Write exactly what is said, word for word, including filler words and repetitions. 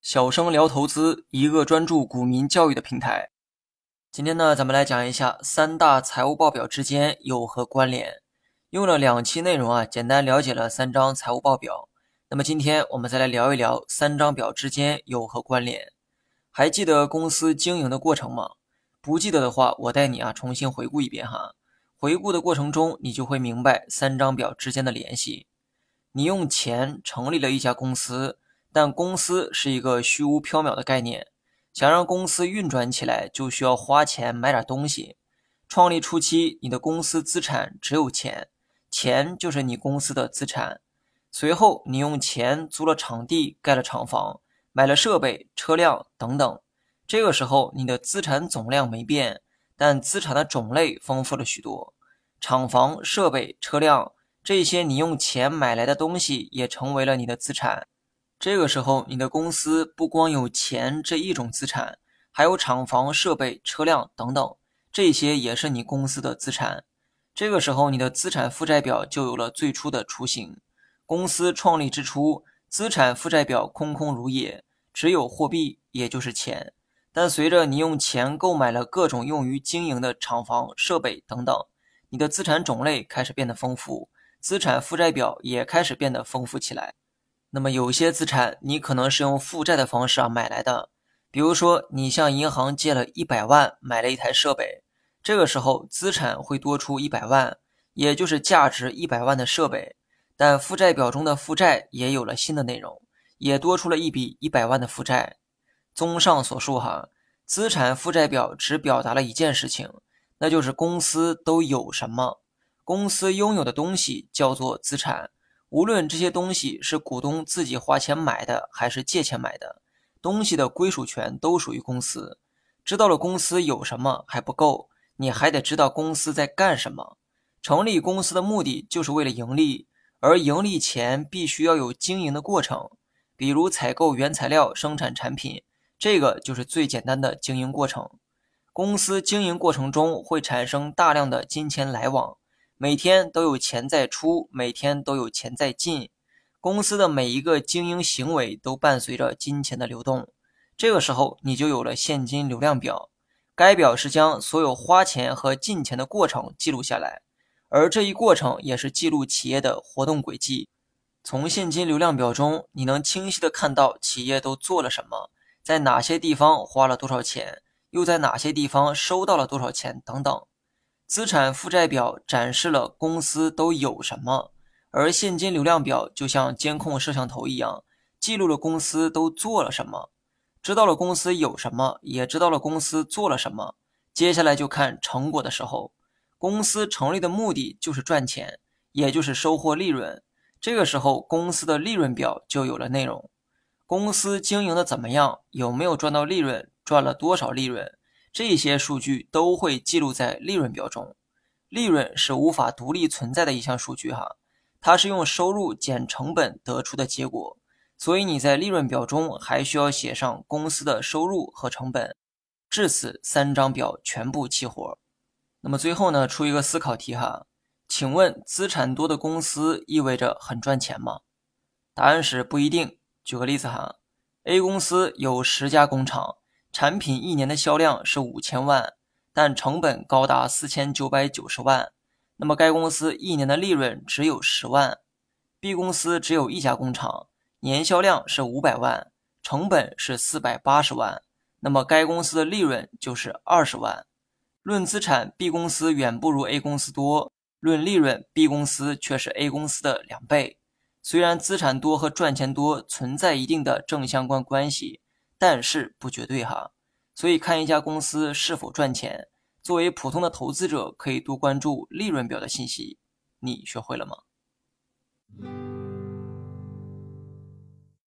小生聊投资，一个专注股民教育的平台。今天呢，咱们来讲一下三大财务报表之间有何关联。用了两期内容啊，简单了解了三张财务报表。那么今天我们再来聊一聊三张表之间有何关联。还记得公司经营的过程吗？不记得的话，我带你啊重新回顾一遍哈。回顾的过程中，你就会明白三张表之间的联系。你用钱成立了一家公司，但公司是一个虚无缥缈的概念，想让公司运转起来，就需要花钱买点东西。创立初期，你的公司资产只有钱，钱就是你公司的资产。随后，你用钱租了场地，盖了厂房，买了设备、车辆等等。这个时候，你的资产总量没变，但资产的种类丰富了许多。厂房、设备、车辆，这些你用钱买来的东西也成为了你的资产。这个时候，你的公司不光有钱这一种资产，还有厂房、设备、车辆等等，这些也是你公司的资产。这个时候，你的资产负债表就有了最初的雏形。公司创立之初，资产负债表空空如也，只有货币，也就是钱。但随着你用钱购买了各种用于经营的厂房、设备等等，你的资产种类开始变得丰富，资产负债表也开始变得丰富起来。那么有些资产你可能是用负债的方式啊买来的，比如说你向银行借了一百万买了一台设备，这个时候资产会多出一百万，也就是价值一百万的设备，但负债表中的负债也有了新的内容，也多出了一笔一百万的负债。综上所述哈，资产负债表只表达了一件事情，那就是公司都有什么。公司拥有的东西叫做资产，无论这些东西是股东自己花钱买的还是借钱买的，东西的归属权都属于公司。知道了公司有什么还不够，你还得知道公司在干什么。成立公司的目的就是为了盈利，而盈利前必须要有经营的过程，比如采购原材料、生产产品，这个就是最简单的经营过程。公司经营过程中会产生大量的金钱来往，每天都有钱在出，每天都有钱在进。公司的每一个经营行为都伴随着金钱的流动。这个时候你就有了现金流量表，该表是将所有花钱和进钱的过程记录下来，而这一过程也是记录企业的活动轨迹。从现金流量表中，你能清晰地看到企业都做了什么，在哪些地方花了多少钱，又在哪些地方收到了多少钱等等。资产负债表展示了公司都有什么，而现金流量表就像监控摄像头一样，记录了公司都做了什么。知道了公司有什么，也知道了公司做了什么，接下来就看成果的时候。公司成立的目的就是赚钱，也就是收获利润。这个时候公司的利润表就有了内容。公司经营的怎么样，有没有赚到利润，赚了多少利润，这些数据都会记录在利润表中。利润是无法独立存在的一项数据哈，它是用收入减成本得出的结果，所以你在利润表中还需要写上公司的收入和成本。至此三张表全部齐活。那么最后呢，出一个思考题哈，请问资产多的公司意味着很赚钱吗？答案是不一定。举个例子哈 ，A 公司有十家工厂，产品一年的销量是五千万，但成本高达四千九百九十万，那么该公司一年的利润只有十万。B 公司只有一家工厂，年销量是五百万，成本是四百八十万，那么该公司的利润就是二十万。论资产 B 公司远不如 A 公司多，论利润 B 公司却是 A 公司的两倍。虽然资产多和赚钱多存在一定的正相关关系，但是不绝对哈。所以看一家公司是否赚钱，作为普通的投资者可以多关注利润表的信息。你学会了吗？